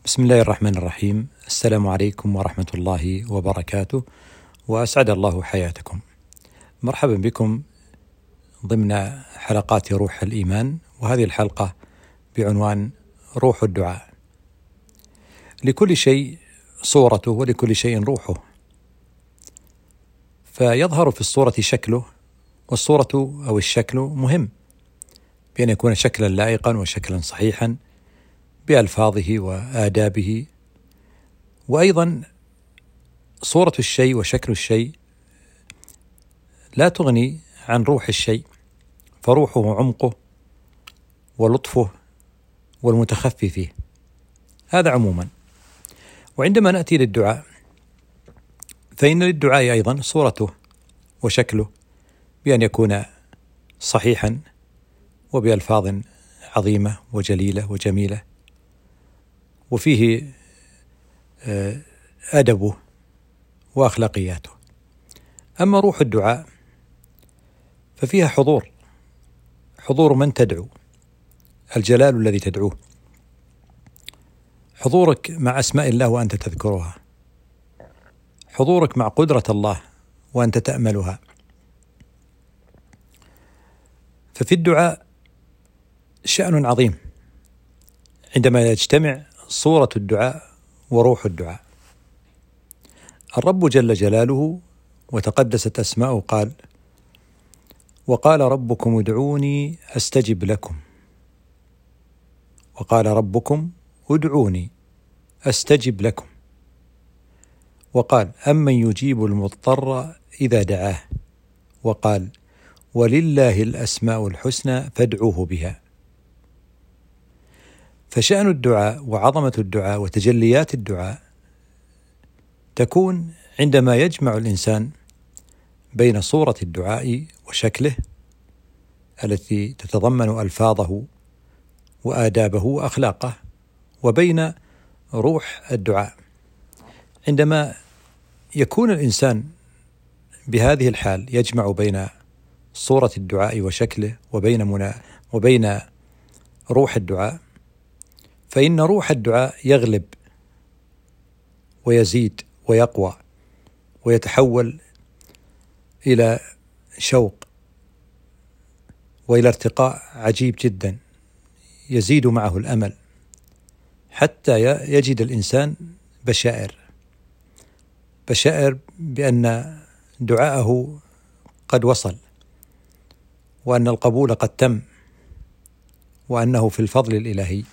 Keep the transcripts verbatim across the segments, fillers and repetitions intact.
بسم الله الرحمن الرحيم. السلام عليكم ورحمة الله وبركاته، وأسعد الله حياتكم. مرحبا بكم ضمن حلقات روح الإيمان، وهذه الحلقة بعنوان روح الدعاء. لكل شيء صورته ولكل شيء روحه، فيظهر في الصورة شكله، والصورة أو الشكل مهم بأن يكون شكلا لائقا وشكلا صحيحا بألفاظه وآدابه، وأيضا صورة الشيء وشكل الشيء لا تغني عن روح الشيء، فروحه عمقه ولطفه والمتخفي فيه، هذا عموما. وعندما نأتي للدعاء فإن للدعاء أيضا صورته وشكله، بأن يكون صحيحا وبألفاظ عظيمة وجليلة وجميلة، وفيه أدبه وأخلاقياته. أما روح الدعاء ففيها حضور حضور من تدعو، الجلال الذي تدعوه، حضورك مع أسماء الله وأنت تذكرها، حضورك مع قدرة الله وأنت تأملها. ففي الدعاء شأن عظيم عندما يجتمع صورة الدعاء وروح الدعاء. الرب جل جلاله وتقدست أسماؤه قال: وقال ربكم ادعوني أستجب لكم، وقال ربكم ادعوني أستجب لكم، وقال أمن يجيب المضطر إذا دعاه، وقال ولله الأسماء الحسنى فادعوه بها. فشأن الدعاء وعظمة الدعاء وتجليات الدعاء تكون عندما يجمع الإنسان بين صورة الدعاء وشكله التي تتضمن ألفاظه وآدابه وأخلاقه، وبين روح الدعاء. عندما يكون الإنسان بهذه الحال يجمع بين صورة الدعاء وشكله وبين منا وبين روح الدعاء، فإن روح الدعاء يغلب ويزيد ويقوى ويتحول إلى شوق وإلى ارتقاء عجيب جدا، يزيد معه الأمل حتى يجد الإنسان بشائر بشائر بأن دعاءه قد وصل، وأن القبول قد تم، وأنه في الفضل الإلهي.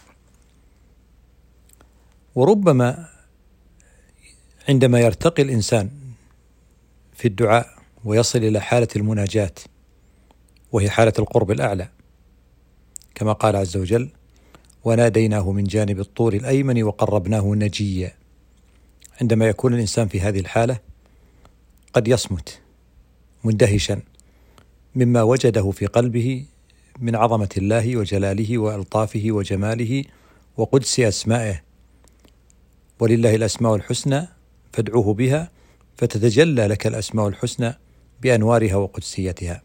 وربما عندما يرتقي الإنسان في الدعاء ويصل إلى حالة المناجاة، وهي حالة القرب الأعلى، كما قال عز وجل: وناديناه من جانب الطور الأيمن وقربناه نجيا. عندما يكون الإنسان في هذه الحالة قد يصمت مندهشا مما وجده في قلبه من عظمة الله وجلاله وألطافه وجماله وقدس أسمائه، ولله الأسماء الحسنى فادعوه بها فتتجلى لك الأسماء الحسنى بأنوارها وقدسيتها.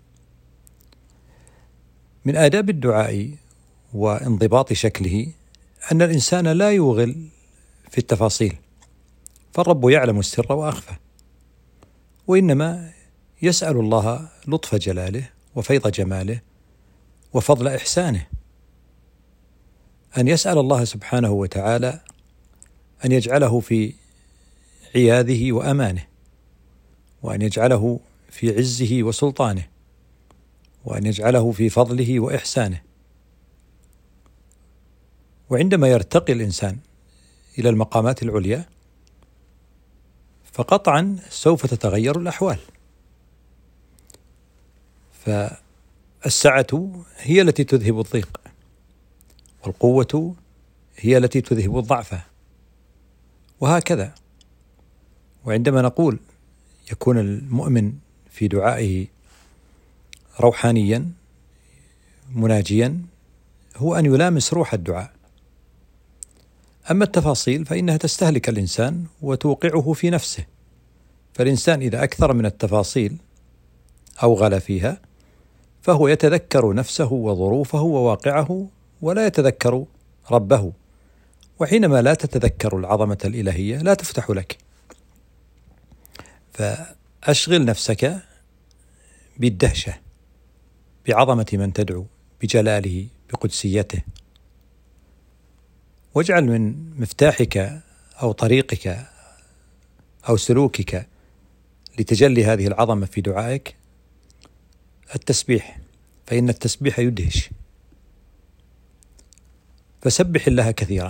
من آداب الدعاء وانضباط شكله أن الإنسان لا يوغل في التفاصيل، فالرب يعلم السر وأخفى، وإنما يسأل الله لطف جلاله وفيض جماله وفضل إحسانه، أن يسأل الله سبحانه وتعالى أن يجعله في عياذه وأمانه، وأن يجعله في عزه وسلطانه، وأن يجعله في فضله وإحسانه. وعندما يرتقي الإنسان إلى المقامات العليا فقطعا سوف تتغير الأحوال، فالسعة هي التي تذهب الضيق، والقوة هي التي تذهب الضعف، وهكذا. وعندما نقول يكون المؤمن في دعائه روحانيا مناجيا، هو أن يلامس روح الدعاء. أما التفاصيل فإنها تستهلك الإنسان وتوقعه في نفسه، فالإنسان إذا أكثر من التفاصيل أو غلا فيها فهو يتذكر نفسه وظروفه وواقعه، ولا يتذكر ربه وحينما لا تتذكر العظمة الإلهية لا تفتح لك. فأشغل نفسك بالدهشة بعظمة من تدعو، بجلاله، بقدسيته، واجعل من مفتاحك أو طريقك أو سلوكك لتجلي هذه العظمة في دعائك التسبيح، فإن التسبيح يدهش. فسبح الله كثيرا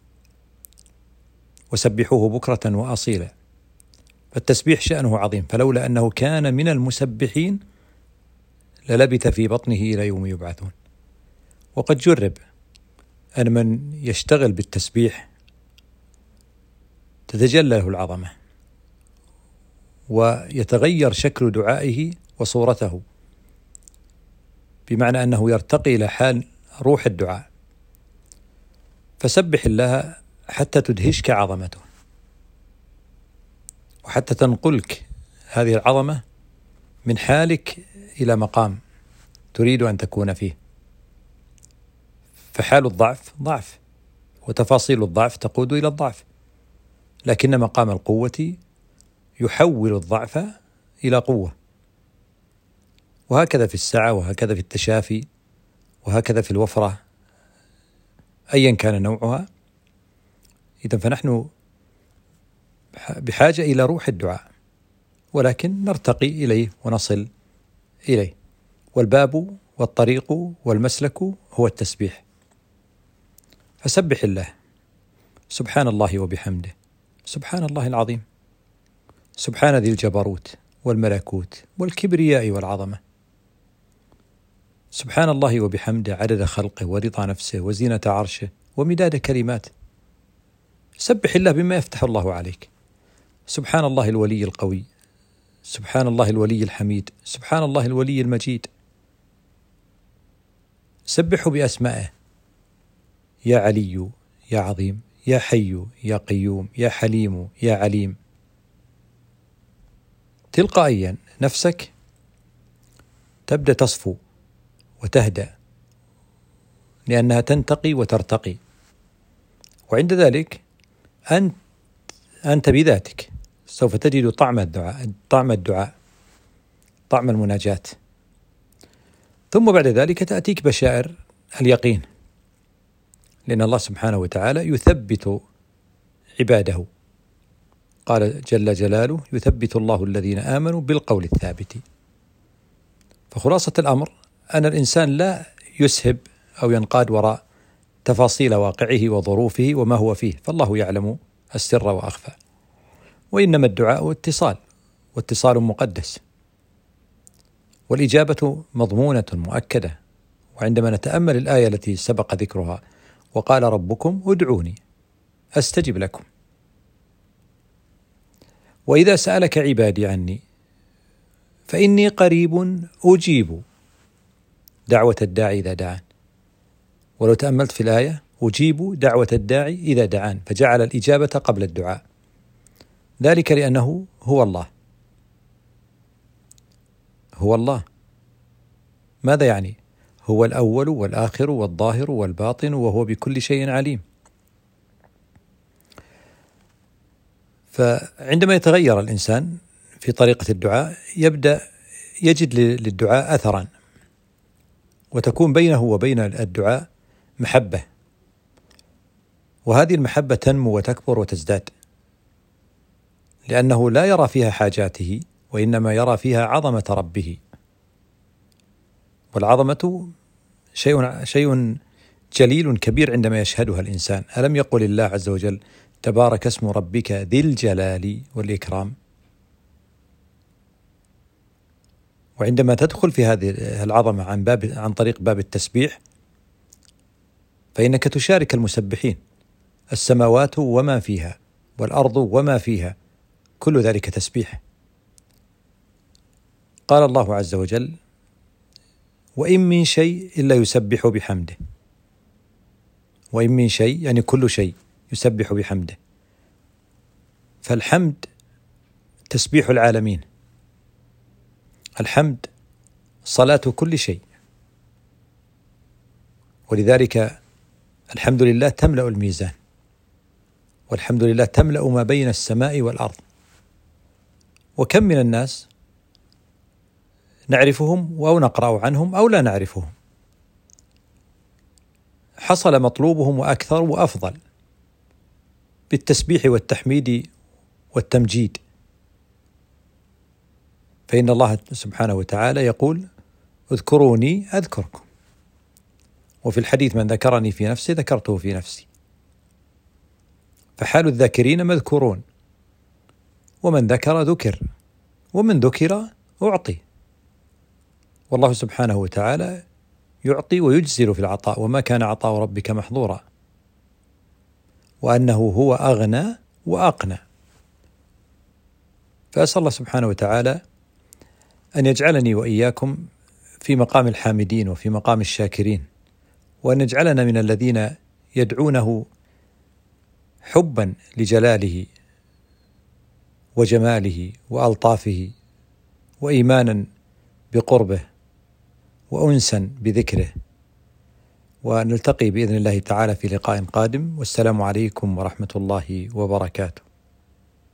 وسبحوه بكرة وأصيلا. فالتسبيح شأنه عظيم، فلولا أنه كان من المسبحين للبث في بطنه إلى يوم يبعثون. وقد جرب أن من يشتغل بالتسبيح تتجلى له العظمة ويتغير شكل دعائه وصورته، بمعنى أنه يرتقي إلى حال روح الدعاء. فسبح الله حتى تدهشك عظمته، وحتى تنقلك هذه العظمة من حالك إلى مقام تريد أن تكون فيه. فحال الضعف ضعف، وتفاصيل الضعف تقود إلى الضعف، لكن مقام القوة يحول الضعف إلى قوة. وهكذا في السعة، وهكذا في التشافي، وهكذا في الوفرة أيا كان نوعها. إذن فنحن بحاجة إلى روح الدعاء، ولكن نرتقي إليه ونصل إليه. والباب والطريق والمسلك هو التسبيح. فسبح الله، سبحان الله وبحمده، سبحان الله العظيم، سبحان ذي الجبروت والملكوت والكبرياء والعظمة، سبحان الله وبحمده عدد خلقه ورضا نفسه وزينة عرشه ومداد كلماته. سبح الله بما يفتح الله عليك. سبحان الله الولي القوي، سبحان الله الولي الحميد، سبحان الله الولي المجيد. سبحه بأسمائه، يا علي، يا عظيم، يا حي، يا قيوم، يا حليم، يا عليم. تلقائيا نفسك تبدأ تصفو وتهدأ، لأنها تنتقي وترتقي. وعند ذلك أنت أنت بذاتك سوف تجد طعم الدعاء، طعم الدعاء، طعم المناجاة. ثم بعد ذلك تأتيك بشائر اليقين، لأن الله سبحانه وتعالى يثبت عباده. قال جل جلاله: يثبت الله الذين آمنوا بالقول الثابت. فخلاصة الأمر أن الإنسان لا يسهب أو ينقاد وراء تفاصيل واقعه وظروفه وما هو فيه، فالله يعلم السر وأخفى. وإنما الدعاء اتصال، واتصال مقدس، والإجابة مضمونة مؤكدة. وعندما نتأمل الآية التي سبق ذكرها: وقال ربكم ادعوني أستجب لكم، وإذا سألك عبادي عني فإني قريب أجيب دعوة الداعي إذا دعان. ولو تأملت في الآية: أجيب دعوة الداعي إذا دعان، فجعل الإجابة قبل الدعاء، ذلك لأنه هو الله. هو الله ماذا يعني؟ هو الأول والآخر والظاهر والباطن، وهو بكل شيء عليم. فعندما يتغير الإنسان في طريقة الدعاء يبدأ يجد للدعاء أثرا، وتكون بينه وبين الدعاء محبة، وهذه المحبة تنمو وتكبر وتزداد، لأنه لا يرى فيها حاجاته، وإنما يرى فيها عظمة ربه. والعظمة شيء شيء جليل كبير عندما يشهدها الإنسان. ألم يقل الله عز وجل: تبارك اسم ربك ذي الجلال والإكرام. وعندما تدخل في هذه العظمة عن باب عن طريق باب التسبيح، فإنك تشارك المسبحين. السماوات وما فيها والأرض وما فيها كل ذلك تسبيح. قال الله عز وجل: وإن من شيء إلا يسبح بحمده. وإن من شيء يعني كل شيء يسبح بحمده. فالحمد تسبيح العالمين، الحمد صلاة كل شيء. ولذلك الحمد لله تملأ الميزان، والحمد لله تملأ ما بين السماء والأرض. وكم من الناس نعرفهم أو نقرأ عنهم أو لا نعرفهم، حصل مطلوبهم وأكثر وأفضل بالتسبيح والتحميد والتمجيد، فإن الله سبحانه وتعالى يقول: اذكروني أذكركم، وفي الحديث: من ذكرني في نفسي ذكرته في نفسي. فحال الذاكرين مذكورون، ومن ذكر ذكر، ومن ذكر أعطي. والله سبحانه وتعالى يعطي ويجزل في العطاء، وما كان عطاء ربك محظورا، وأنه هو أغنى وأقنى. فأسأل الله سبحانه وتعالى أن يجعلني وإياكم في مقام الحامدين وفي مقام الشاكرين، وأن يجعلنا من الذين يدعونه حبا لجلاله وجماله وألطافه، وإيمانا بقربه، وأنسا بذكره. ونلتقي بإذن الله تعالى في لقاء قادم، والسلام عليكم ورحمة الله وبركاته.